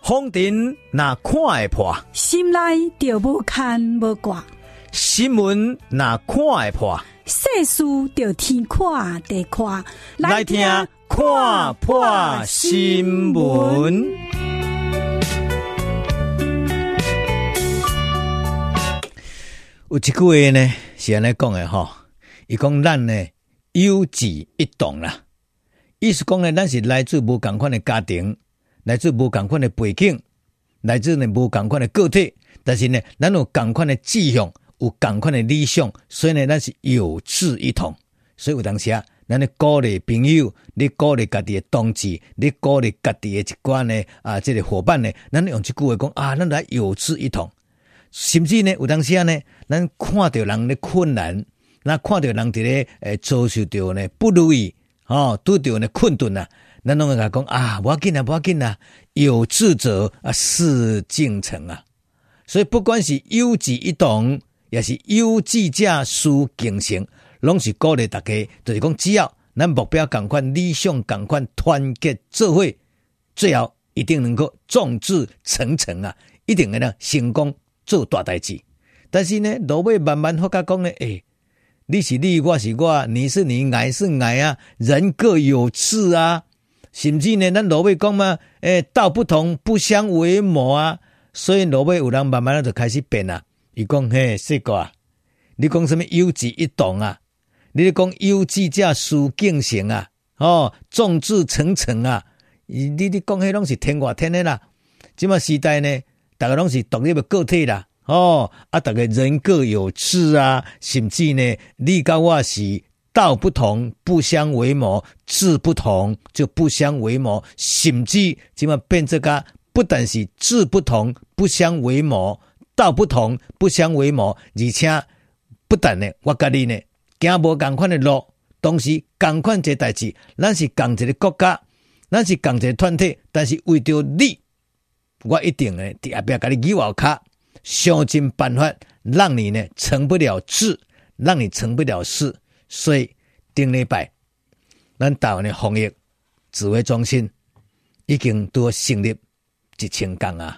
风尘若看会破， 心内就无牵无挂； 新闻若看会破， 世事就天看地看。 来听看破新闻。有一句话呢是安尼讲的吼，伊讲咱呢有志一同啦，意思讲呢，咱是来自无同款的家庭，来自无同款的背景，来自呢无同款的个体，但是呢，咱有同款的志向，有同款的理想，所以呢，咱是有志一同。所以有当时啊，咱咧鼓励朋友，你鼓励家己的同志，你鼓励家己的一寡呢这个伙伴呢，咱用这句话讲啊，咱来有志一同。甚至呢，有当时啊呢，咱看到人咧困难，咱看到人伫咧遭受到呢不如意，拄到呢困顿啊，咱拢会甲讲啊，无要紧啊，无要紧啊，有志者啊事竟成啊。所以不管是有志一同，也是有志者事竟成，拢是鼓励大家，就是讲只要咱目标同款，理想同款，团结做伙，最后一定能够众志成城啊，一定会呢成功做大代志。但是呢，落尾慢慢发觉讲呢，你是你，我是我，你是你，俺是俺啊，人各有志啊。甚至呢，咱落尾讲嘛，道不同不相为谋啊。所以落尾有人慢慢就开始变啊。伊讲世哥啊，你讲什么有志一同啊？你讲有志者事竟成啊，众志成城啊。你讲迄拢是天外天的啦。即么时代呢，大家拢是独立的个体啦。大家人各有志啊，甚至呢，你跟我是道不同不相为谋，志不同就不相为谋，甚至即么变这个不但是志不同不相为谋，道不同不相为谋，而且不但呢，我跟你呢行无同款的路，同时同款一个代志，咱是同一个国家，咱是同一个团体，但是为着你，我一定呢伫后壁甲你举后骹，想尽办法让你呢成不了志，让你成不了事。所以顶礼拜咱台湾的防疫指挥中心已经都成立1000天啊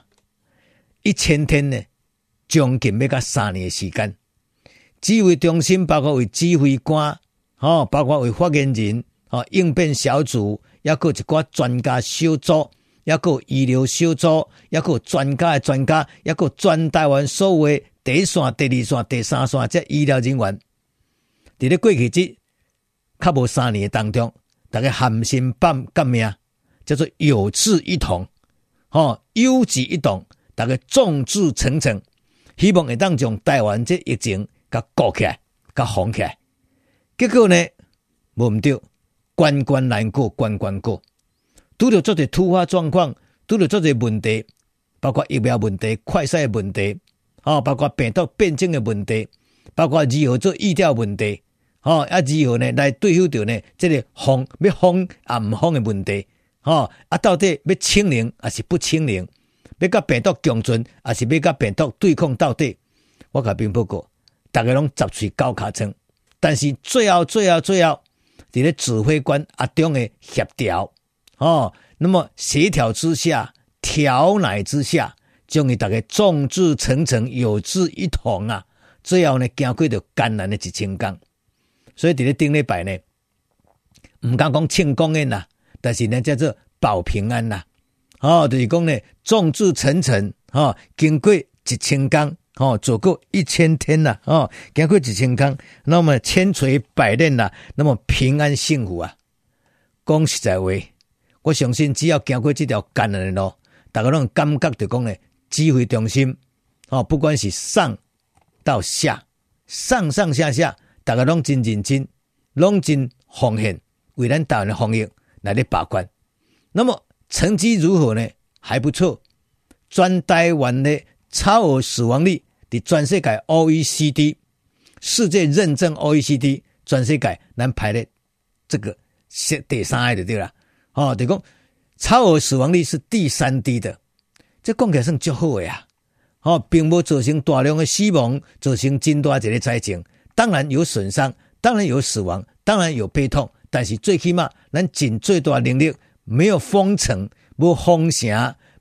，1000天呢将近要到3年的时间。指挥中心包括为指挥官，包括为发言人，应变小组，也有一寡专家小组，也有医疗小组，也有专家的专家，也有全台湾所有第一线、第二线、第三线这医疗人员。伫咧过去这较无3年当中，大家含心甘命，叫做有志一同，有志一同，大家众志成城，希望会当将台湾这疫情甲顾起来，甲防起来。结果呢，无毋对，关关难过关关过，拄着足侪突发状况，拄着足侪问题，包括疫苗问题、快筛的问题，包括病毒变种的问题，包括如何做疫调问题，如何呢来对付着呢这个要封啊唔封的问题，到底要清零还是不清零？要甲病毒共存还是要甲病毒对抗到底？我甲并报告，大家拢十喙九尻川，但是最后伫咧指挥官阿中的协调，那么协调之下，调乃之下，将伊大家众志成城，有志一同啊！最后呢，经过着艰难的1000天。所以伫咧顶礼拜呢，唔敢讲庆功宴啦，但是呢叫做保平安啦。就是讲呢，众志成城，经过1000天，走过1000天啦，经过1000天，那么千锤百炼啦，那么平安幸福啊！讲实在话，我相信只要经过这条艰难的路，大家拢感觉着讲呢，指挥中心，不管是上到下，上下。大家拢真认真，拢真奉献，为咱台湾的防疫来咧把关。那么成绩如何呢？还不错。全台湾的超额死亡率，伫全世界 OECD 世界认证 OECD 全世界咱排咧这个第3个就对了。就讲超额死亡率是第3低的，这讲起来算足好的啊。并无造成大量的死亡，造成真大一个灾情。当然有损伤，当然有死亡，当然有悲痛，但是最起码咱尽最大能力，没有封城，没封城，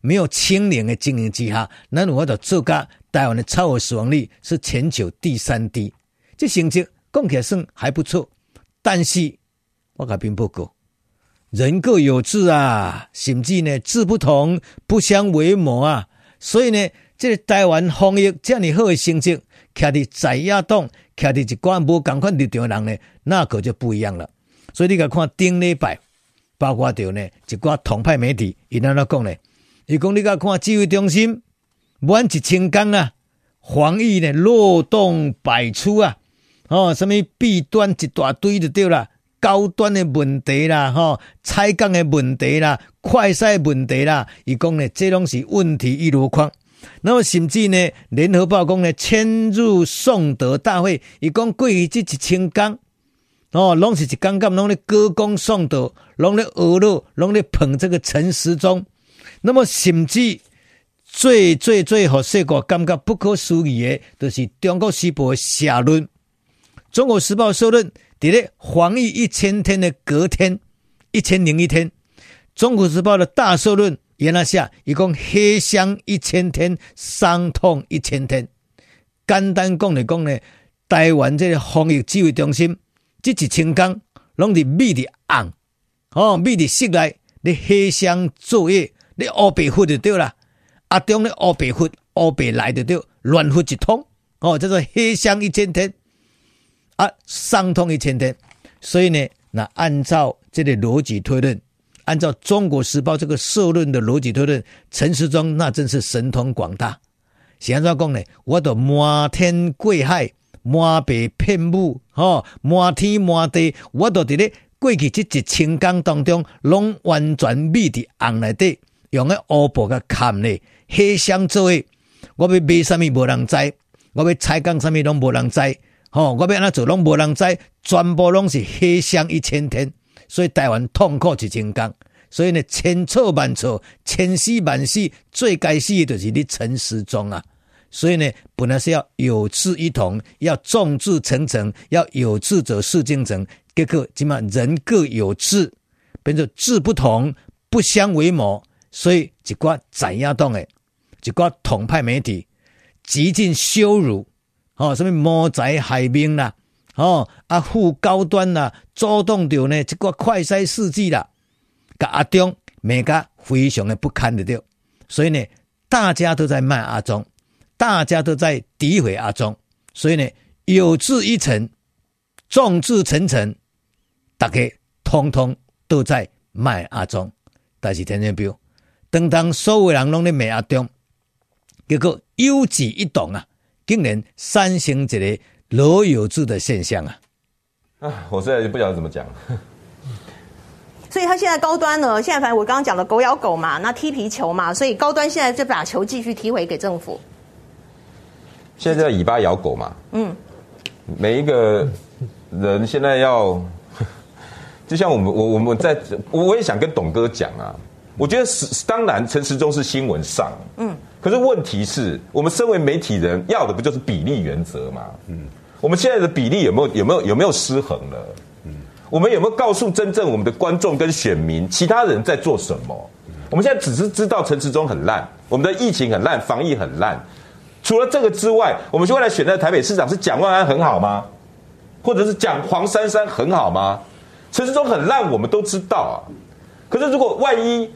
没有清零的经营之下，咱有法度做到台湾的超额死亡率是全球第3低，这成绩讲起来算还不错。但是我甲兵报告，人各有志啊，甚至呢志不同不相为谋啊。所以呢，这个台湾防疫这么好的成绩，徛伫在野党，徛伫一寡无同款立场的人呢，那可就不一样了。所以你甲看顶礼拜，包括着呢一寡统派媒体，伊安怎讲呢？伊讲你甲看指挥中心满1000天啊，防疫呢漏洞百出啊，什么弊端一大堆就对啦。高端的问题啦，采购的问题啦，快筛问题啦，伊讲呢，这拢是问题一箩筐。那么甚至呢，联合报讲呢，迁入颂德大会，伊讲过去这1000天，拢是一天天拢咧歌功颂德，拢咧娱乐，拢咧捧这个陈时中。那么甚至最互世界感觉不可思议的，就是中国时报的社论，中国时报社论。在咧防疫1000天的隔天，1001天，中国时报的大社论原来写，伊讲黑箱1000天，伤痛1000天。简单讲来讲呢，台湾这个防疫指挥中心，这1000天拢伫密伫红，密伫室内，咧黑箱作业，咧乌白忽就对啦。阿中咧乌白忽，乌白来就对，乱忽一通，叫做黑箱1000天。伤痛1000天，所以呢，那按照这个逻辑推论，按照中国时报这个社论的逻辑推论，陈时中那真是神通广大。是安怎讲呢？我都瞒天过海，瞒白骗母，瞒天瞒地，我都伫咧过去这1000天当中，拢完全密伫红内底，用个乌布甲砍咧，黑箱作业。我要买什么无人知，我要采购什么拢无人知。我要安怎做拢无人知，全部拢是黑箱1000天，所以台湾痛苦1000天。所以呢，千错万错，千死万死，最该死的就是你陈时中啊。所以呢，本来是要有志一同，要众志成城，要有志者事竟成，结果今嘛人各有志，变成志不同，不相为谋。所以一寡在野党的，一寡统派媒体，极尽羞辱。什么谋财害命啦，副高端啦，主动着呢这个快筛试剂啦，甲阿中骂甲非常的不堪的对，所以呢，大家都在骂阿中，大家都在诋毁阿中，所以呢，有志一城，众志成城，大家通通都在骂阿中，但是天天表，当所有人拢咧骂阿中，结果有志一同啊。竟然产生一个老有志的现象啊！ 我实在不晓得怎么讲。 所以他现在高端呢，现在反正我刚刚讲的狗咬狗嘛，那踢皮球嘛，所以高端现在就把球继续踢回给政府。 现在叫尾巴咬狗嘛，每一个人现在要，就像我们在，我也想跟董哥讲啊，我觉得当然陈时中是新闻上，可是问题是我们身为媒体人要的不就是比例原则吗？我们现在的比例有没有失衡了？我们有没有告诉真正我们的观众跟选民，其他人在做什么？我们现在只是知道陈时中很烂，我们的疫情很烂，防疫很烂。除了这个之外，我们未来选的台北市长是蒋万安很好吗？或者是蒋黄珊珊很好吗？陈时中很烂，我们都知道啊。可是如果万一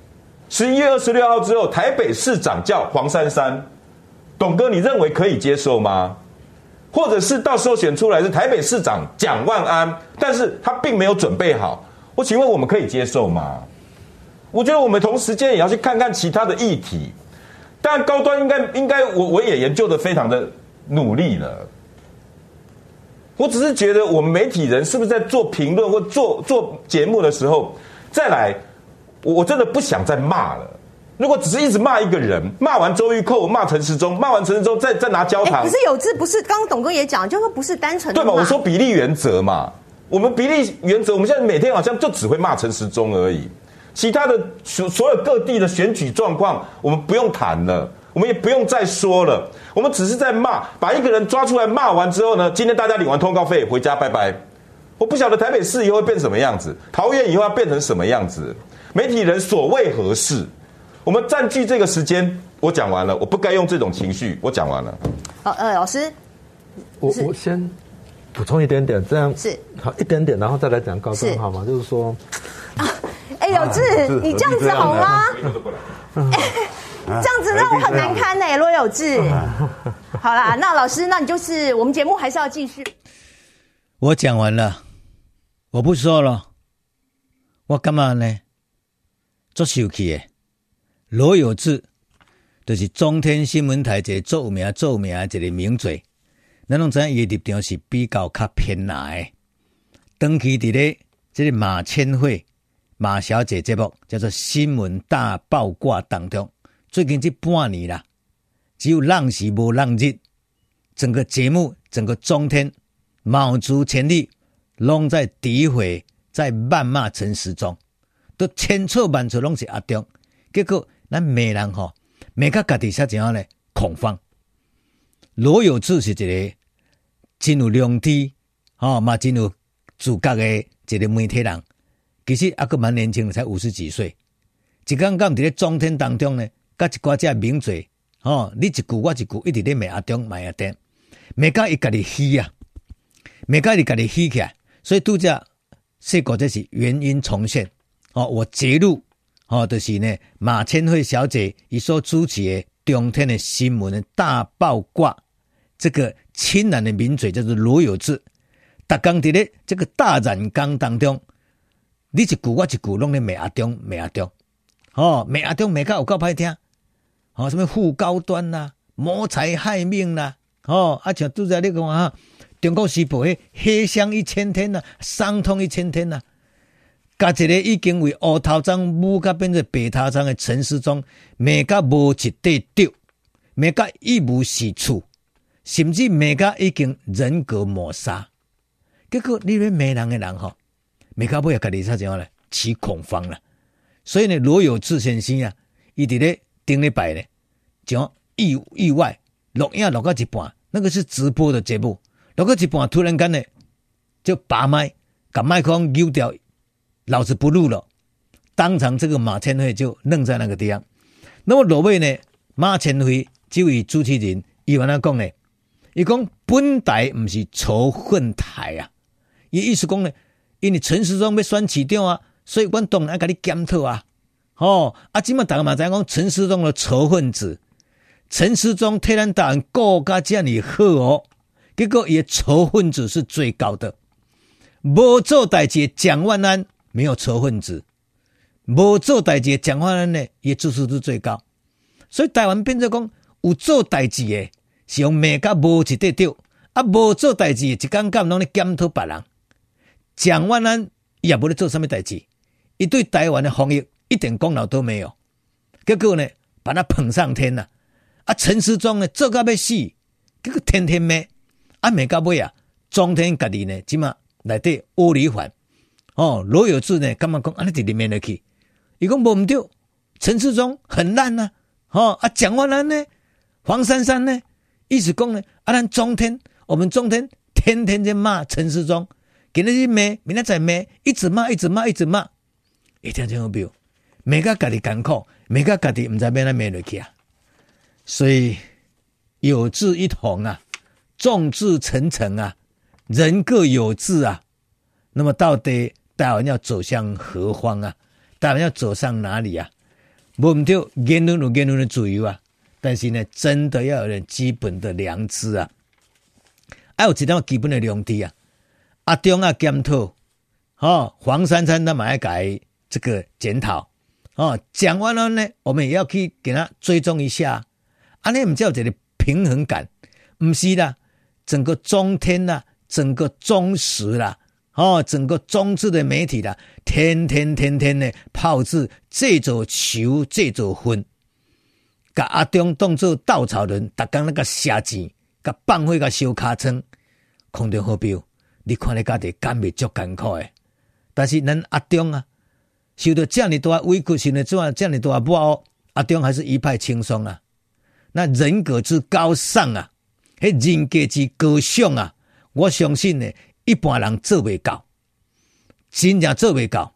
11月26号之后，台北市长叫黄珊珊，董哥，你认为可以接受吗？或者是到时候选出来是台北市长蒋万安，但是他并没有准备好，我请问我们可以接受吗？我觉得我们同时间也要去看看其他的议题。当然高端应该我也研究的非常的努力了。我只是觉得我们媒体人是不是在做评论或做节目的时候，再来。我真的不想再骂了。如果只是一直骂一个人，骂完周玉蔻，骂陈时中，骂完陈时中再拿焦糖， 可是有志不是刚刚董哥也讲，就是说不是单纯的对嘛？我说比例原则嘛，我们比例原则，我们现在每天好像就只会骂陈时中而已，其他的所有各地的选举状况，我们不用谈了，我们也不用再说了，我们只是在骂，把一个人抓出来骂完之后呢，今天大家领完通告费回家拜拜。我不晓得台北市以后会变什么样子，桃园以后要变成什么样子。媒体人所谓何事？ 我们占据这个时间，我讲完了，我不该用这种情绪，我讲完了。 好，老师， 我先补充一点点，这样是好一点点，然后再来讲高端好吗？就是说， 有志，你这样子好吗？这样子让我很难堪呢，罗有志。好啦，那老师，那你就是我们节目还是要继续。 我讲完了，我不说了。我干嘛呢？做受气的罗有志，就是中天新闻台一个著名的一个名嘴。咱拢知影伊的立场是比较偏蓝的。长期伫咧这个马千惠马小姐节目叫做《新闻大爆卦》当中，最近这半年啦，只有浪时无浪日，整个节目整个中天卯足全力，拢在诋毁、在谩骂陈时中，都千错万错拢是阿中。结果咱骂人吼，骂到家己啥怎样呢？恐慌。罗有志是一个真有良知，嘛真有自觉的一个媒体人。其实还蛮年轻的，才50几岁。一刚刚伫咧中天当中呢，甲一寡只名嘴，你一句我一句，一直咧骂阿中骂阿中，骂到伊家己虚啊，骂到伊家己虚起来。所以拄则说过这是原因重现。我揭露，就是呢马千惠小姐伊所主持的中天的新闻的大爆卦，这个亲蓝的名嘴叫做罗有志，逐工伫咧这个大染缸当中，你一句我一句拢咧骂阿中骂阿中，骂阿中骂到有够歹听，什么护高端啦、谋财害命啦，像拄则你讲啊，中国时报迄黑箱1000天啦，伤痛1000天啦。甲一个已经为乌头章母甲变成白头章的陈时中，骂甲无一块丢，骂甲一无是处，甚至骂甲已经人格抹杀。结果你咧骂人的人吼，骂到尾也家己啥怎样咧？起恐慌了。所以呢，罗有志先生啊，伊伫咧顶礼拜咧，讲意外录影录到一半，那个是直播的节目，录到一半突然间呢，就拔麦，把麦克风丢掉。老子不录了，当场这个马千惠就愣在那个地方。那么落尾呢，马千惠这位主持人伊安怎讲呢？伊讲本台不是仇恨台啊，伊意思讲呢，因为陈时中要选市长啊，所以阮当然要甲你检讨啊。即马大家嘛知影讲陈时中的仇恨值，陈时中替咱大人顾甲这么好结果伊的仇恨值是最高的。无做代志蒋万安没有仇恨值，无做代志蒋万安呢，伊支持度最高。所以台湾变成讲有做代志的是用骂甲无一块丢，无做代志一竿竿拢咧检讨别人。蒋万安也无咧做什么代志，伊对台湾的防疫一点功劳都没有。结果呢，把他捧上天了。陈时中呢做到要死，结果天天骂，骂到尾中天家己呢，即马内底窝里反。罗有志呢，感觉讲安尼直直面落去，伊讲无毋对，陈时中很烂啊，蒋万安呢，黄珊珊呢，意思讲呢，咱中天，我们中天天天在骂陈时中，今日去骂，明仔再骂，一直骂，一直骂，一直骂，一听就好没有，骂到家己艰苦，骂到家己毋知要哪骂落去啊，所以有志一同啊，众志成城啊，人各有志啊，那么到底台湾要走向何方啊？台湾要走上哪里啊？无毋对，言论有言论的自由啊，但是呢，真的要有点基本的良知啊，有一条基本的良知啊。阿中检讨，黄珊珊他嘛要改这个检讨，蒋万安呢，我们也要去给他追踪一下，安尼毋才有一个平衡感，毋是啦，整个中天啦，整个中时啦。整个中资的媒体啦，天天呢炮制这座球这座分，把阿中当作稻草人，逐工那个写钱，甲放火甲烧尻川，空中好标，你看你家己甘袂足艰苦的，但是咱阿中啊，受到这么大委屈，受到这么大磨，阿中还是一派轻松啊，那人格之高尚啊，迄人格之高尚啊，我相信呢。一般人做袂到，真正做袂到。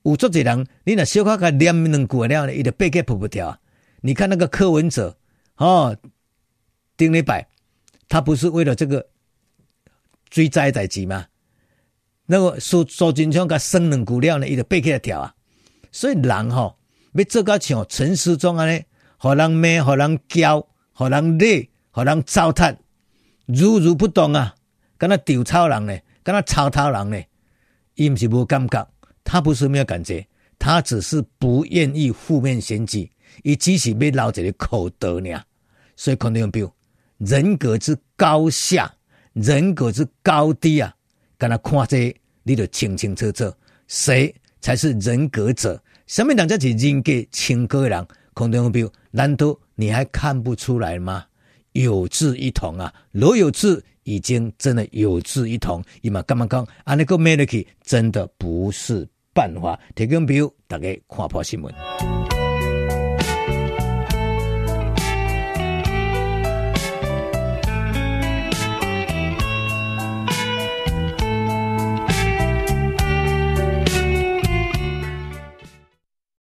有足侪人，你若小可甲念两句了，伊就爬起扑不跳啊！你看那个柯文哲，顶礼拜他不是为了这个追灾代志吗？那个苏金昌甲生两句了呢，伊就爬起来跳啊！所以人要做到像陈时中安尼，互人骂，互人叫，互人累，互人糟蹋，如不动啊！敢若丢草人呢，敢若草头人呢，伊毋是无感觉。他不是没有感觉，他只是不愿意负面选举，伊只是要留一个口德尔。所以看到没有，人格之高下，人格之高低啊，敢若看这你就清清楚楚，谁才是人格者？什么人才是人格清高的人？看到没有？难道你还看不出来吗？有志一同啊，罗有志已经真的有志一同，伊嘛感觉讲，安尼个骂落去，真的不是办法。提供表，大家看破新闻。